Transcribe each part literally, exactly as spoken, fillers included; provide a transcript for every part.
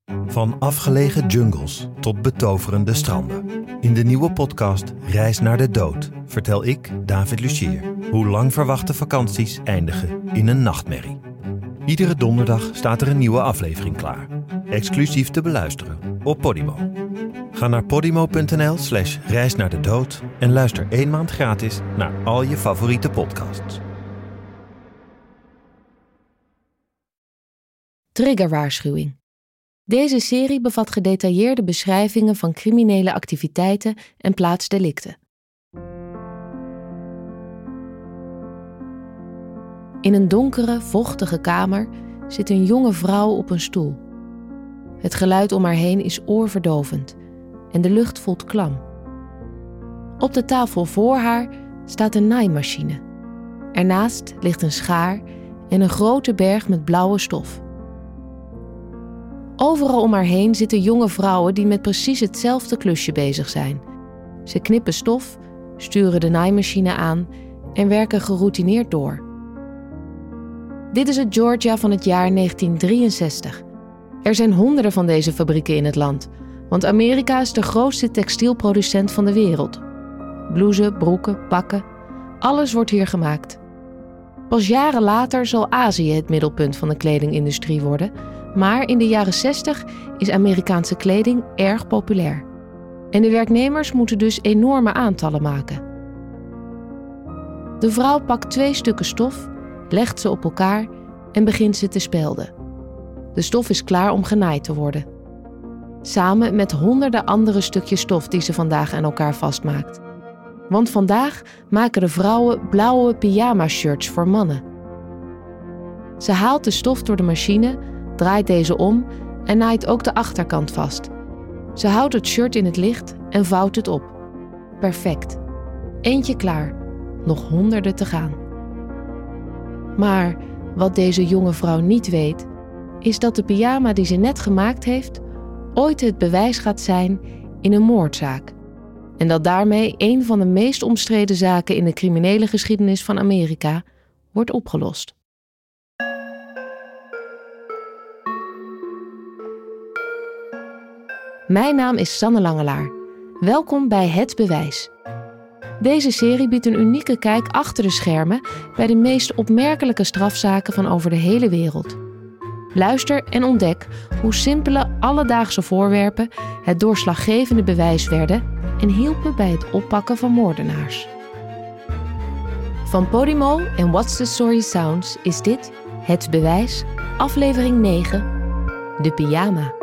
Van afgelegen jungles tot betoverende stranden. In de nieuwe podcast Reis naar de Dood vertel ik, David Lucier, hoe lang verwachte vakanties eindigen in een nachtmerrie. Iedere donderdag staat er een nieuwe aflevering klaar. Exclusief te beluisteren op Podimo. Ga naar podimo.nl slash reis naar de dood en luister één maand gratis naar al je favoriete podcasts. Triggerwaarschuwing. Deze serie bevat gedetailleerde beschrijvingen van criminele activiteiten en plaatsdelicten. In een donkere, vochtige kamer zit een jonge vrouw op een stoel. Het geluid om haar heen is oorverdovend en de lucht voelt klam. Op de tafel voor haar staat een naaimachine. Ernaast ligt een schaar en een grote berg met blauwe stof. Overal om haar heen zitten jonge vrouwen die met precies hetzelfde klusje bezig zijn. Ze knippen stof, sturen de naaimachine aan en werken geroutineerd door. Dit is het Georgia van het jaar negentien drieënzestig. Er zijn honderden van deze fabrieken in het land, want Amerika is de grootste textielproducent van de wereld. Blouses, broeken, pakken, alles wordt hier gemaakt. Pas jaren later zal Azië het middelpunt van de kledingindustrie worden, maar in de jaren zestig is Amerikaanse kleding erg populair. En de werknemers moeten dus enorme aantallen maken. De vrouw pakt twee stukken stof, legt ze op elkaar en begint ze te spelden. De stof is klaar om genaaid te worden. Samen met honderden andere stukjes stof die ze vandaag aan elkaar vastmaakt. Want vandaag maken de vrouwen blauwe pyjama-shirts voor mannen. Ze haalt de stof door de machine, draait deze om en naait ook de achterkant vast. Ze houdt het shirt in het licht en vouwt het op. Perfect. Eentje klaar. Nog honderden te gaan. Maar wat deze jonge vrouw niet weet, is dat de pyjama die ze net gemaakt heeft ooit het bewijs gaat zijn in een moordzaak. En dat daarmee een van de meest omstreden zaken in de criminele geschiedenis van Amerika wordt opgelost. Mijn naam is Sanne Langelaar. Welkom bij Het Bewijs. Deze serie biedt een unieke kijk achter de schermen bij de meest opmerkelijke strafzaken van over de hele wereld. Luister en ontdek hoe simpele alledaagse voorwerpen het doorslaggevende bewijs werden en hielpen bij het oppakken van moordenaars. Van Podimo en What's the Story Sounds is dit Het Bewijs, aflevering negen, de pyjama.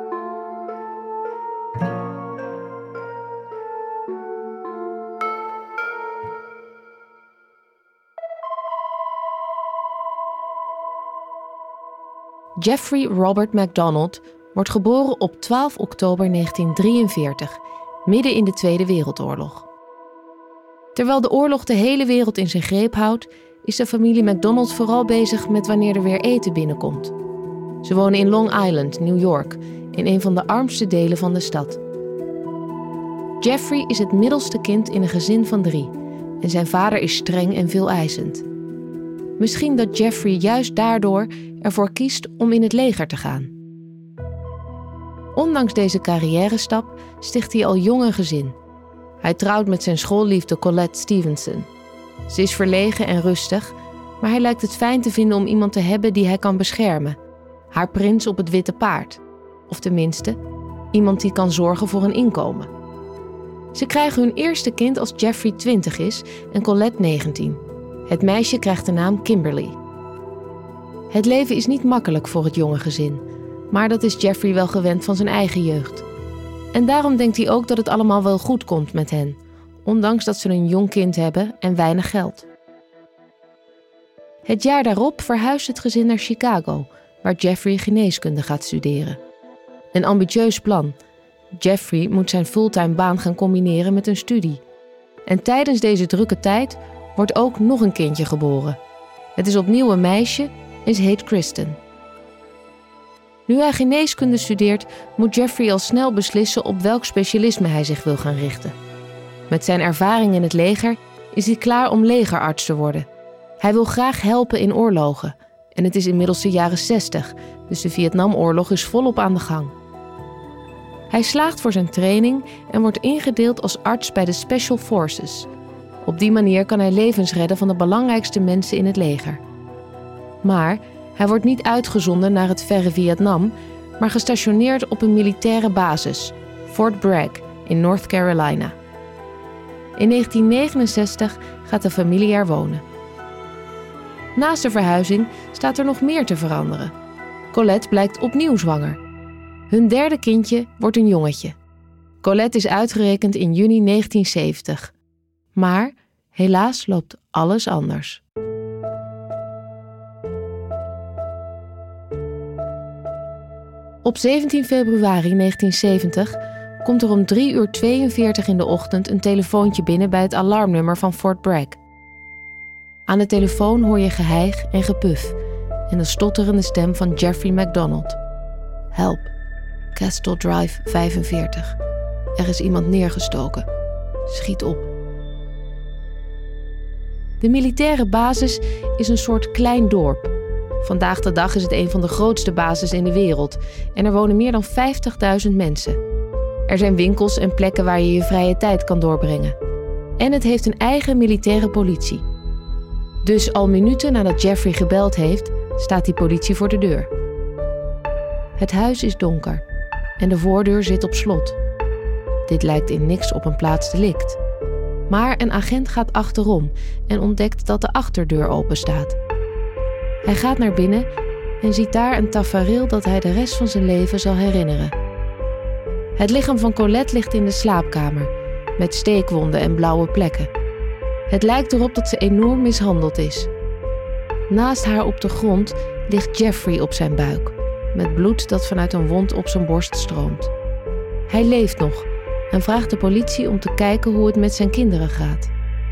Jeffrey Robert MacDonald wordt geboren op twaalf oktober negentien drieënveertig, midden in de Tweede Wereldoorlog. Terwijl de oorlog de hele wereld in zijn greep houdt, is de familie MacDonald vooral bezig met wanneer er weer eten binnenkomt. Ze wonen in Long Island, New York, in een van de armste delen van de stad. Jeffrey is het middelste kind in een gezin van drie en zijn vader is streng en veeleisend. Misschien dat Jeffrey juist daardoor ervoor kiest om in het leger te gaan. Ondanks deze carrière-stap sticht hij al jong een gezin. Hij trouwt met zijn schoolliefde Colette Stevenson. Ze is verlegen en rustig, maar hij lijkt het fijn te vinden om iemand te hebben die hij kan beschermen. Haar prins op het witte paard. Of tenminste, iemand die kan zorgen voor een inkomen. Ze krijgen hun eerste kind als Jeffrey twintig is en Colette negentien. Het meisje krijgt de naam Kimberly. Het leven is niet makkelijk voor het jonge gezin, maar dat is Jeffrey wel gewend van zijn eigen jeugd. En daarom denkt hij ook dat het allemaal wel goed komt met hen, ondanks dat ze een jong kind hebben en weinig geld. Het jaar daarop verhuist het gezin naar Chicago, waar Jeffrey geneeskunde gaat studeren. Een ambitieus plan. Jeffrey moet zijn fulltime baan gaan combineren met een studie. En tijdens deze drukke tijd wordt ook nog een kindje geboren. Het is opnieuw een meisje en ze heet Kristen. Nu hij geneeskunde studeert, moet Jeffrey al snel beslissen op welk specialisme hij zich wil gaan richten. Met zijn ervaring in het leger is hij klaar om legerarts te worden. Hij wil graag helpen in oorlogen En het is inmiddels de jaren zestig, dus de Vietnamoorlog is volop aan de gang. Hij slaagt voor zijn training en wordt ingedeeld als arts bij de Special Forces. Op die manier kan hij levens redden van de belangrijkste mensen in het leger. Maar hij wordt niet uitgezonden naar het verre Vietnam, maar gestationeerd op een militaire basis, Fort Bragg in North Carolina. In negentien negenenzestig gaat de familie er wonen. Naast de verhuizing staat er nog meer te veranderen. Colette blijkt opnieuw zwanger. Hun derde kindje wordt een jongetje. Colette is uitgerekend in juni negentien zeventig. Maar helaas loopt alles anders. Op zeventien februari negentien zeventig komt er om drie uur tweeënveertig in de ochtend een telefoontje binnen bij het alarmnummer van Fort Bragg. Aan de telefoon hoor je geheig en gepuf en de stotterende stem van Jeffrey MacDonald. Help, Castle Drive vijfenveertig. Er is iemand neergestoken. Schiet op. De militaire basis is een soort klein dorp. Vandaag de dag is het een van de grootste bases in de wereld en er wonen meer dan vijftigduizend mensen. Er zijn winkels en plekken waar je je vrije tijd kan doorbrengen. En het heeft een eigen militaire politie. Dus al minuten nadat Jeffrey gebeld heeft, staat die politie voor de deur. Het huis is donker en de voordeur zit op slot. Dit lijkt in niks op een plaatsdelict. Maar een agent gaat achterom en ontdekt dat de achterdeur open staat. Hij gaat naar binnen en ziet daar een tafereel dat hij de rest van zijn leven zal herinneren. Het lichaam van Colette ligt in de slaapkamer, met steekwonden en blauwe plekken. Het lijkt erop dat ze enorm mishandeld is. Naast haar op de grond ligt Jeffrey op zijn buik, met bloed dat vanuit een wond op zijn borst stroomt. Hij leeft nog en vraagt de politie om te kijken hoe het met zijn kinderen gaat.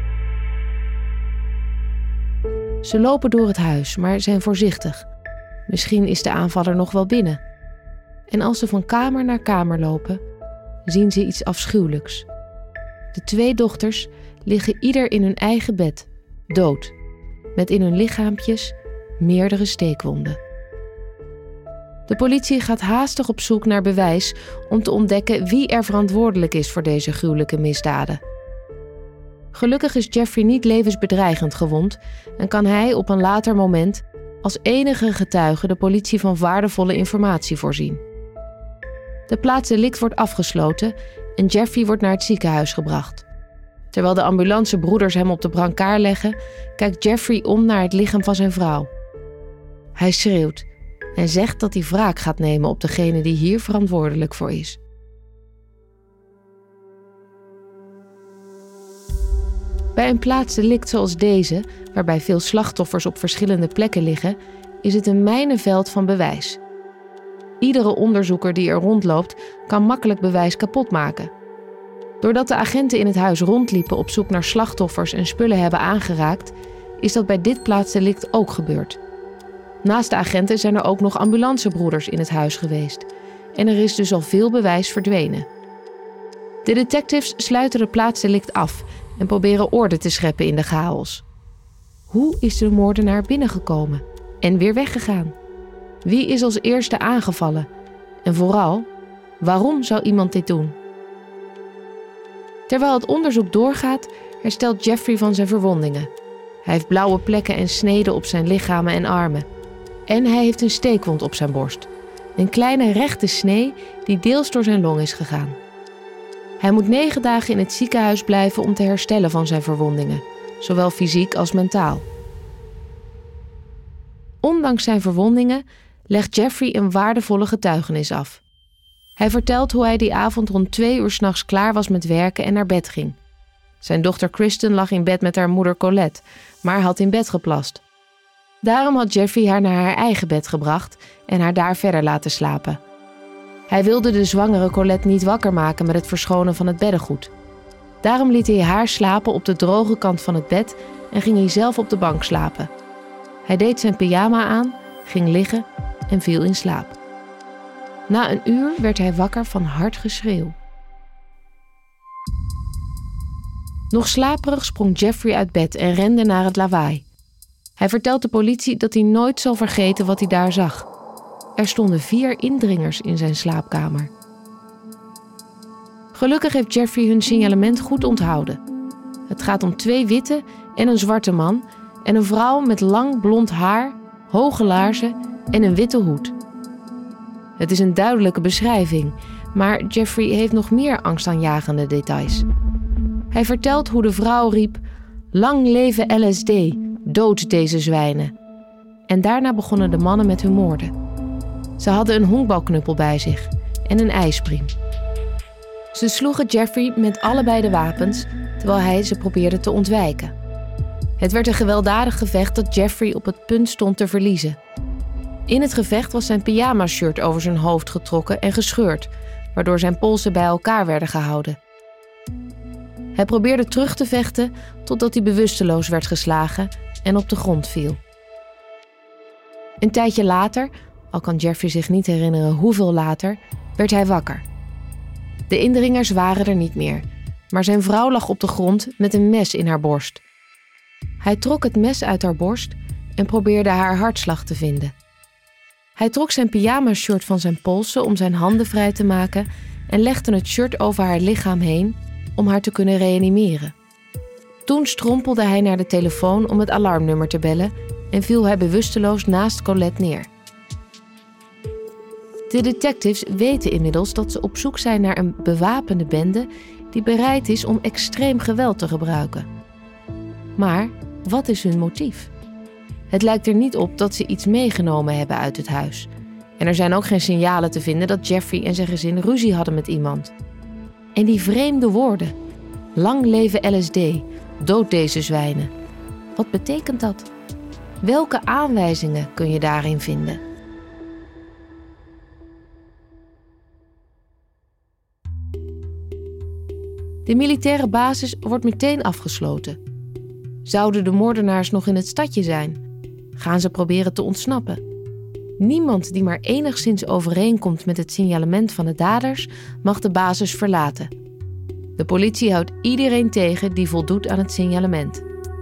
Ze lopen door het huis, maar zijn voorzichtig. Misschien is de aanvaller nog wel binnen. En als ze van kamer naar kamer lopen, zien ze iets afschuwelijks. De twee dochters liggen ieder in hun eigen bed, dood, met in hun lichaampjes meerdere steekwonden. De politie gaat haastig op zoek naar bewijs om te ontdekken wie er verantwoordelijk is voor deze gruwelijke misdaden. Gelukkig is Jeffrey niet levensbedreigend gewond en kan hij op een later moment als enige getuige de politie van waardevolle informatie voorzien. De plaatsdelict wordt afgesloten en Jeffrey wordt naar het ziekenhuis gebracht. Terwijl de ambulancebroeders hem op de brancard leggen, kijkt Jeffrey om naar het lichaam van zijn vrouw. Hij schreeuwt en zegt dat hij wraak gaat nemen op degene die hier verantwoordelijk voor is. Bij een plaatsdelict zoals deze, waarbij veel slachtoffers op verschillende plekken liggen, is het een mijnenveld van bewijs. Iedere onderzoeker die er rondloopt, kan makkelijk bewijs kapot maken. Doordat de agenten in het huis rondliepen op zoek naar slachtoffers en spullen hebben aangeraakt, is dat bij dit plaatsdelict ook gebeurd. Naast de agenten zijn er ook nog ambulancebroeders in het huis geweest. En er is dus al veel bewijs verdwenen. De detectives sluiten het plaatsdelict af en proberen orde te scheppen in de chaos. Hoe is de moordenaar binnengekomen en weer weggegaan? Wie is als eerste aangevallen? En vooral, waarom zou iemand dit doen? Terwijl het onderzoek doorgaat, herstelt Jeffrey van zijn verwondingen. Hij heeft blauwe plekken en sneden op zijn lichamen en armen. En hij heeft een steekwond op zijn borst. Een kleine rechte snee die deels door zijn long is gegaan. Hij moet negen dagen in het ziekenhuis blijven om te herstellen van zijn verwondingen, zowel fysiek als mentaal. Ondanks zijn verwondingen legt Jeffrey een waardevolle getuigenis af. Hij vertelt hoe hij die avond rond twee uur 's nachts klaar was met werken en naar bed ging. Zijn dochter Kristen lag in bed met haar moeder Colette, maar had in bed geplast. Daarom had Jeffrey haar naar haar eigen bed gebracht en haar daar verder laten slapen. Hij wilde de zwangere Colette niet wakker maken met het verschonen van het beddengoed. Daarom liet hij haar slapen op de droge kant van het bed en ging hij zelf op de bank slapen. Hij deed zijn pyjama aan, ging liggen en viel in slaap. Na een uur werd hij wakker van hard geschreeuw. Nog slaperig sprong Jeffrey uit bed en rende naar het lawaai. Hij vertelt de politie dat hij nooit zal vergeten wat hij daar zag. Er stonden vier indringers in zijn slaapkamer. Gelukkig heeft Jeffrey hun signalement goed onthouden. Het gaat om twee witte en een zwarte man en een vrouw met lang blond haar, hoge laarzen en een witte hoed. Het is een duidelijke beschrijving, maar Jeffrey heeft nog meer angstaanjagende details. Hij vertelt hoe de vrouw riep: "Lang leven L S D, dood deze zwijnen." En daarna begonnen de mannen met hun moorden. Ze hadden een honkbalknuppel bij zich en een ijspriem. Ze sloegen Jeffrey met allebei de wapens, terwijl hij ze probeerde te ontwijken. Het werd een gewelddadig gevecht dat Jeffrey op het punt stond te verliezen. In het gevecht was zijn pyjama-shirt over zijn hoofd getrokken en gescheurd, waardoor zijn polsen bij elkaar werden gehouden. Hij probeerde terug te vechten totdat hij bewusteloos werd geslagen en op de grond viel. Een tijdje later, al kan Jeffrey zich niet herinneren hoeveel later, werd hij wakker. De indringers waren er niet meer, maar zijn vrouw lag op de grond met een mes in haar borst. Hij trok het mes uit haar borst en probeerde haar hartslag te vinden. Hij trok zijn pyjama-shirt van zijn polsen om zijn handen vrij te maken en legde het shirt over haar lichaam heen om haar te kunnen reanimeren. Toen strompelde hij naar de telefoon om het alarmnummer te bellen en viel hij bewusteloos naast Colette neer. De detectives weten inmiddels dat ze op zoek zijn naar een bewapende bende die bereid is om extreem geweld te gebruiken. Maar wat is hun motief? Het lijkt er niet op dat ze iets meegenomen hebben uit het huis. En er zijn ook geen signalen te vinden dat Jeffrey en zijn gezin ruzie hadden met iemand. En die vreemde woorden: "Lang leven L S D, dood deze zwijnen." Wat betekent dat? Welke aanwijzingen kun je daarin vinden? De militaire basis wordt meteen afgesloten. Zouden de moordenaars nog in het stadje zijn? Gaan ze proberen te ontsnappen? Niemand die maar enigszins overeenkomt met het signalement van de daders mag de basis verlaten. De politie houdt iedereen tegen die voldoet aan het signalement.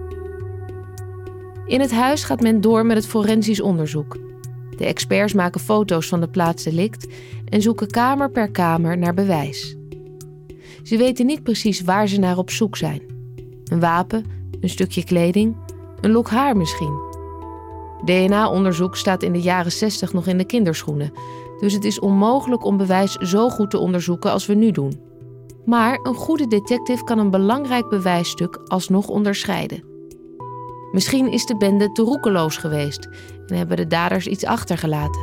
In het huis gaat men door met het forensisch onderzoek. De experts maken foto's van de plaats delict en zoeken kamer per kamer naar bewijs. Ze weten niet precies waar ze naar op zoek zijn. Een wapen, een stukje kleding, een lok haar misschien. D N A-onderzoek staat in de jaren zestig nog in de kinderschoenen, dus het is onmogelijk om bewijs zo goed te onderzoeken als we nu doen. Maar een goede detective kan een belangrijk bewijsstuk alsnog onderscheiden. Misschien is de bende te roekeloos geweest en hebben de daders iets achtergelaten.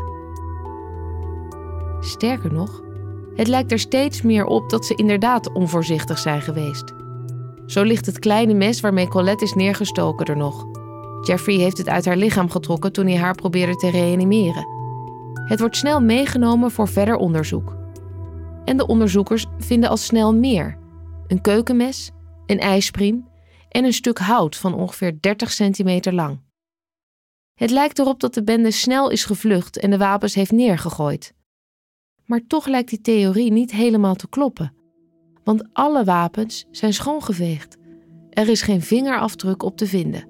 Sterker nog, het lijkt er steeds meer op dat ze inderdaad onvoorzichtig zijn geweest. Zo ligt het kleine mes waarmee Colette is neergestoken er nog. Jeffrey heeft het uit haar lichaam getrokken toen hij haar probeerde te reanimeren. Het wordt snel meegenomen voor verder onderzoek. En de onderzoekers vinden al snel meer. Een keukenmes, een ijspriem en een stuk hout van ongeveer dertig centimeter lang. Het lijkt erop dat de bende snel is gevlucht en de wapens heeft neergegooid. Maar toch lijkt die theorie niet helemaal te kloppen. Want alle wapens zijn schoongeveegd. Er is geen vingerafdruk op te vinden.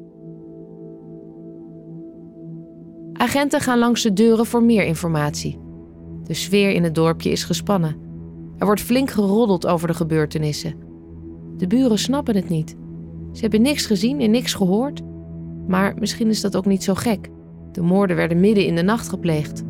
Agenten gaan langs de deuren voor meer informatie. De sfeer in het dorpje is gespannen. Er wordt flink geroddeld over de gebeurtenissen. De buren snappen het niet. Ze hebben niks gezien en niks gehoord. Maar misschien is dat ook niet zo gek. De moorden werden midden in de nacht gepleegd.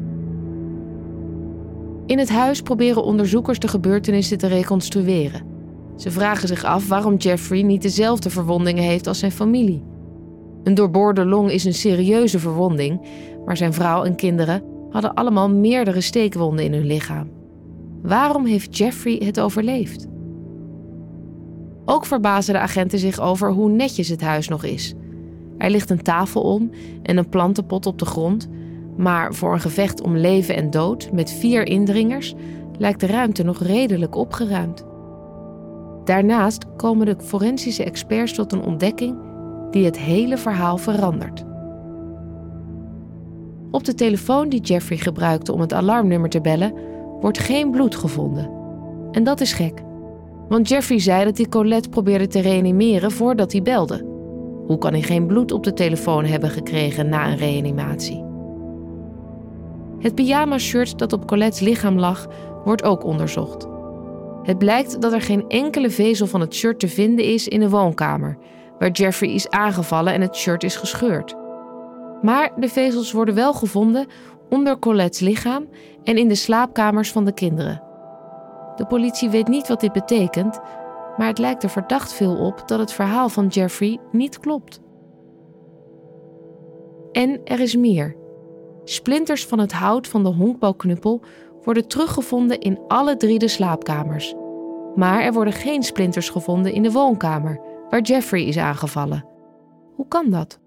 In het huis proberen onderzoekers de gebeurtenissen te reconstrueren. Ze vragen zich af waarom Jeffrey niet dezelfde verwondingen heeft als zijn familie. Een doorboorde long is een serieuze verwonding, maar zijn vrouw en kinderen hadden allemaal meerdere steekwonden in hun lichaam. Waarom heeft Jeffrey het overleefd? Ook verbazen de agenten zich over hoe netjes het huis nog is. Er ligt een tafel om en een plantenpot op de grond, maar voor een gevecht om leven en dood met vier indringers lijkt de ruimte nog redelijk opgeruimd. Daarnaast komen de forensische experts tot een ontdekking die het hele verhaal verandert. Op de telefoon die Jeffrey gebruikte om het alarmnummer te bellen, wordt geen bloed gevonden. En dat is gek, want Jeffrey zei dat hij Colette probeerde te reanimeren voordat hij belde. Hoe kan hij geen bloed op de telefoon hebben gekregen na een reanimatie? Het pyjama-shirt dat op Colette's lichaam lag, wordt ook onderzocht. Het blijkt dat er geen enkele vezel van het shirt te vinden is in de woonkamer, waar Jeffrey is aangevallen en het shirt is gescheurd. Maar de vezels worden wel gevonden onder Colette's lichaam en in de slaapkamers van de kinderen. De politie weet niet wat dit betekent, maar het lijkt er verdacht veel op dat het verhaal van Jeffrey niet klopt. En er is meer. Splinters van het hout van de honkbalknuppel worden teruggevonden in alle drie de slaapkamers. Maar er worden geen splinters gevonden in de woonkamer, waar Jeffrey is aangevallen. Hoe kan dat?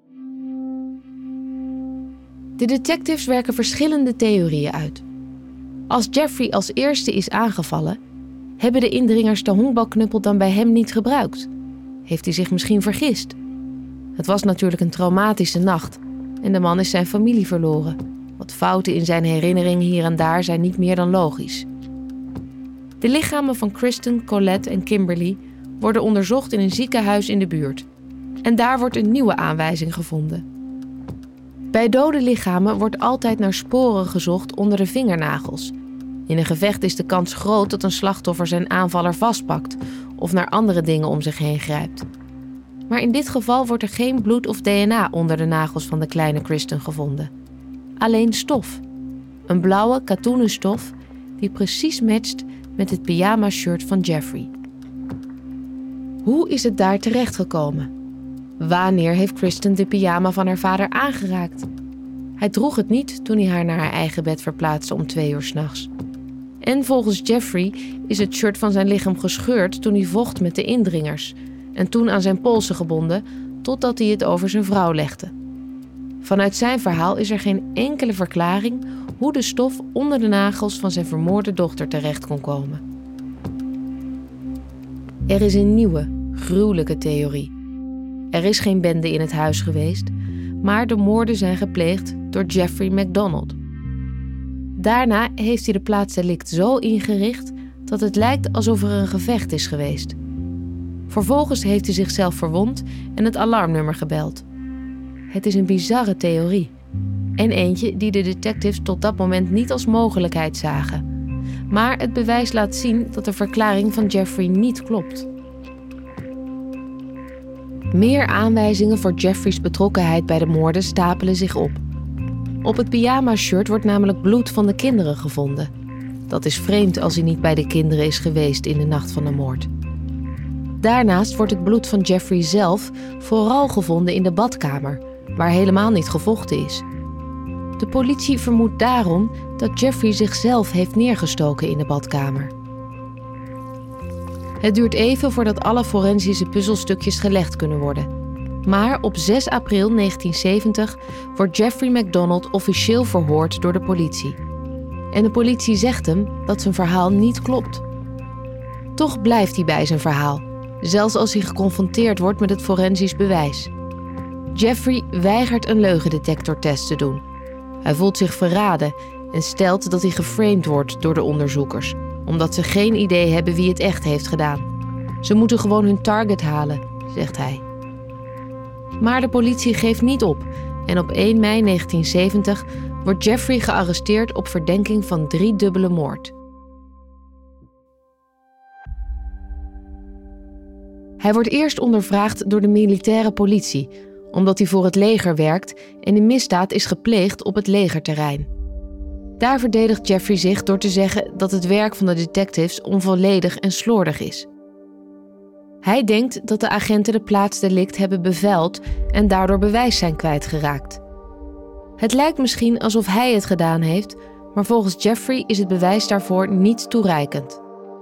De detectives werken verschillende theorieën uit. Als Jeffrey als eerste is aangevallen, hebben de indringers de honkbalknuppel dan bij hem niet gebruikt? Heeft hij zich misschien vergist? Het was natuurlijk een traumatische nacht en de man is zijn familie verloren. Wat fouten in zijn herinneringen hier en daar zijn niet meer dan logisch. De lichamen van Kristen, Colette en Kimberly worden onderzocht in een ziekenhuis in de buurt. En daar wordt een nieuwe aanwijzing gevonden. Bij dode lichamen wordt altijd naar sporen gezocht onder de vingernagels. In een gevecht is de kans groot dat een slachtoffer zijn aanvaller vastpakt of naar andere dingen om zich heen grijpt. Maar in dit geval wordt er geen bloed of D N A onder de nagels van de kleine Kristen gevonden. Alleen stof. Een blauwe katoenen stof die precies matcht met het pyjama-shirt van Jeffrey. Hoe is het daar terechtgekomen? Wanneer heeft Kristen de pyjama van haar vader aangeraakt? Hij droeg het niet toen hij haar naar haar eigen bed verplaatste om twee uur 's nachts. En volgens Jeffrey is het shirt van zijn lichaam gescheurd toen hij vocht met de indringers en toen aan zijn polsen gebonden totdat hij het over zijn vrouw legde. Vanuit zijn verhaal is er geen enkele verklaring hoe de stof onder de nagels van zijn vermoorde dochter terecht kon komen. Er is een nieuwe, gruwelijke theorie. Er is geen bende in het huis geweest, maar de moorden zijn gepleegd door Jeffrey MacDonald. Daarna heeft hij de plaatsdelict zo ingericht dat het lijkt alsof er een gevecht is geweest. Vervolgens heeft hij zichzelf verwond en het alarmnummer gebeld. Het is een bizarre theorie. En eentje die de detectives tot dat moment niet als mogelijkheid zagen. Maar het bewijs laat zien dat de verklaring van Jeffrey niet klopt. Meer aanwijzingen voor Jeffrey's betrokkenheid bij de moorden stapelen zich op. Op het pyjama-shirt wordt namelijk bloed van de kinderen gevonden. Dat is vreemd als hij niet bij de kinderen is geweest in de nacht van de moord. Daarnaast wordt het bloed van Jeffrey zelf vooral gevonden in de badkamer, waar helemaal niet gevochten is. De politie vermoedt daarom dat Jeffrey zichzelf heeft neergestoken in de badkamer. Het duurt even voordat alle forensische puzzelstukjes gelegd kunnen worden. Maar op zes april negentien zeventig wordt Jeffrey MacDonald officieel verhoord door de politie. En de politie zegt hem dat zijn verhaal niet klopt. Toch blijft hij bij zijn verhaal, zelfs als hij geconfronteerd wordt met het forensisch bewijs. Jeffrey weigert een leugendetectortest te doen. Hij voelt zich verraden en stelt dat hij geframed wordt door de onderzoekers, omdat ze geen idee hebben wie het echt heeft gedaan. Ze moeten gewoon hun target halen, zegt hij. Maar de politie geeft niet op en op één mei negentien zeventig wordt Jeffrey gearresteerd op verdenking van driedubbele moord. Hij wordt eerst ondervraagd door de militaire politie, omdat hij voor het leger werkt en de misdaad is gepleegd op het legerterrein. Daar verdedigt Jeffrey zich door te zeggen dat het werk van de detectives onvolledig en slordig is. Hij denkt dat de agenten de plaatsdelict hebben bevuild en daardoor bewijs zijn kwijtgeraakt. Het lijkt misschien alsof hij het gedaan heeft, maar volgens Jeffrey is het bewijs daarvoor niet toereikend.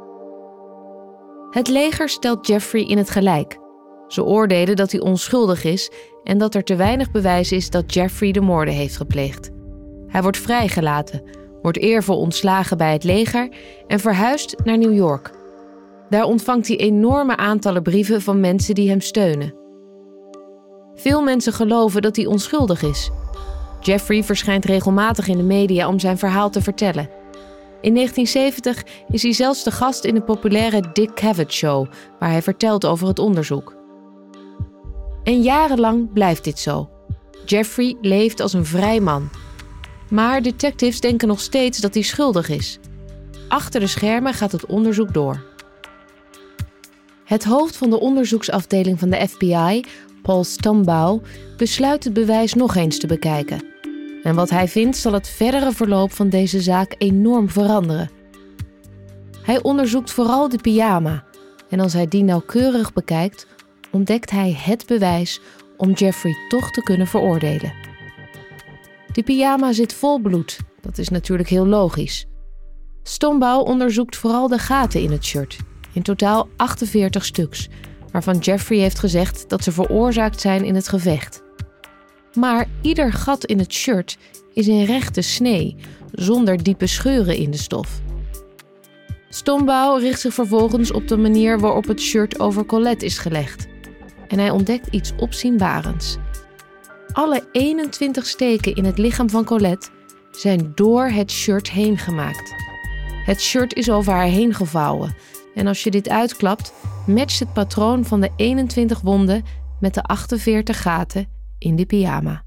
Het leger stelt Jeffrey in het gelijk. Ze oordelen dat hij onschuldig is en dat er te weinig bewijs is dat Jeffrey de moorden heeft gepleegd. Hij wordt vrijgelaten, wordt eervol ontslagen bij het leger en verhuist naar New York. Daar ontvangt hij enorme aantallen brieven van mensen die hem steunen. Veel mensen geloven dat hij onschuldig is. Jeffrey verschijnt regelmatig in de media om zijn verhaal te vertellen. In negentien zeventig is hij zelfs de gast in de populaire Dick Cavett Show, waar hij vertelt over het onderzoek. En jarenlang blijft dit zo. Jeffrey leeft als een vrij man. Maar detectives denken nog steeds dat hij schuldig is. Achter de schermen gaat het onderzoek door. Het hoofd van de onderzoeksafdeling van de F B I, Paul Stumbaugh, besluit het bewijs nog eens te bekijken. En wat hij vindt zal het verdere verloop van deze zaak enorm veranderen. Hij onderzoekt vooral de pyjama. En als hij die nauwkeurig bekijkt, ontdekt hij het bewijs om Jeffrey toch te kunnen veroordelen. De pyjama zit vol bloed. Dat is natuurlijk heel logisch. Stumbaugh onderzoekt vooral de gaten in het shirt. In totaal achtenveertig stuks, waarvan Jeffrey heeft gezegd dat ze veroorzaakt zijn in het gevecht. Maar ieder gat in het shirt is in rechte snee, zonder diepe scheuren in de stof. Stumbaugh richt zich vervolgens op de manier waarop het shirt over Colette is gelegd. En hij ontdekt iets opzienbarends. Alle eenentwintig steken in het lichaam van Colette zijn door het shirt heen gemaakt. Het shirt is over haar heen gevouwen. En als je dit uitklapt, matcht het patroon van de eenentwintig wonden met de achtenveertig gaten in de pyjama.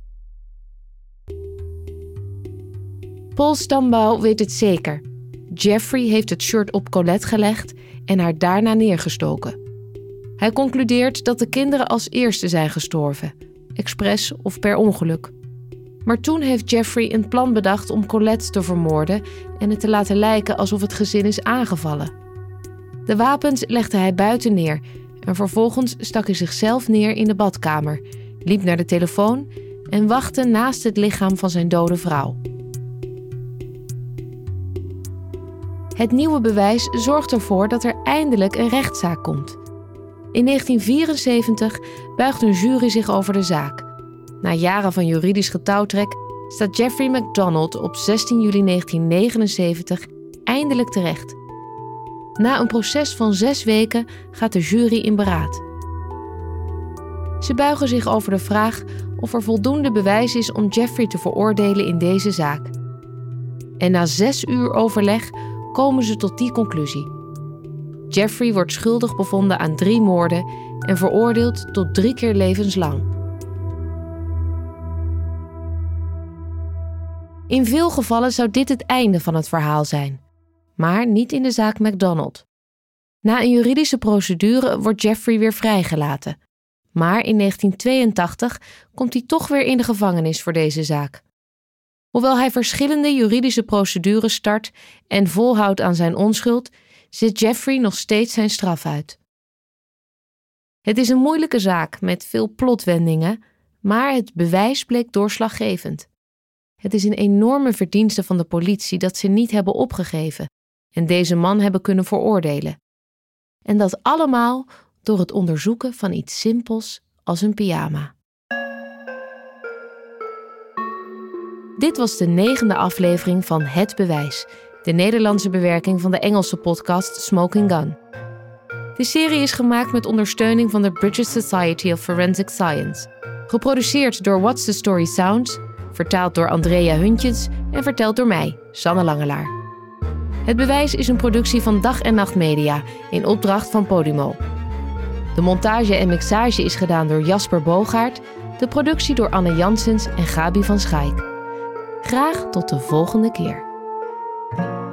Paul Stumbaugh weet het zeker. Jeffrey heeft het shirt op Colette gelegd en haar daarna neergestoken. Hij concludeert dat de kinderen als eerste zijn gestorven, expres of per ongeluk. Maar toen heeft Jeffrey een plan bedacht om Colette te vermoorden en het te laten lijken alsof het gezin is aangevallen. De wapens legde hij buiten neer en vervolgens stak hij zichzelf neer in de badkamer, liep naar de telefoon en wachtte naast het lichaam van zijn dode vrouw. Het nieuwe bewijs zorgt ervoor dat er eindelijk een rechtszaak komt. In negentien vierenzeventig buigt een jury zich over de zaak. Na jaren van juridisch getouwtrek staat Jeffrey MacDonald op zestien juli negentien negenenzeventig eindelijk terecht. Na een proces van zes weken gaat de jury in beraad. Ze buigen zich over de vraag of er voldoende bewijs is om Jeffrey te veroordelen in deze zaak. En na zes uur overleg komen ze tot die conclusie. Jeffrey wordt schuldig bevonden aan drie moorden en veroordeeld tot drie keer levenslang. In veel gevallen zou dit het einde van het verhaal zijn. Maar niet in de zaak MacDonald. Na een juridische procedure wordt Jeffrey weer vrijgelaten. Maar in negentien tweeëntachtig komt hij toch weer in de gevangenis voor deze zaak. Hoewel hij verschillende juridische procedures start en volhoudt aan zijn onschuld, zit Jeffrey nog steeds zijn straf uit. Het is een moeilijke zaak met veel plotwendingen, maar het bewijs bleek doorslaggevend. Het is een enorme verdienste van de politie dat ze niet hebben opgegeven en deze man hebben kunnen veroordelen. En dat allemaal door het onderzoeken van iets simpels als een pyjama. Dit was de negende aflevering van Het Bewijs, de Nederlandse bewerking van de Engelse podcast Smoking Gun. De serie is gemaakt met ondersteuning van de British Society of Forensic Science. Geproduceerd door What's the Story Sounds, vertaald door Andrea Huntjens en verteld door mij, Sanne Langelaar. Het Bewijs is een productie van Dag en Nacht Media in opdracht van Podimo. De montage en mixage is gedaan door Jasper Boogaard, de productie door Anne Janssens en Gabi van Schaik. Graag tot de volgende keer.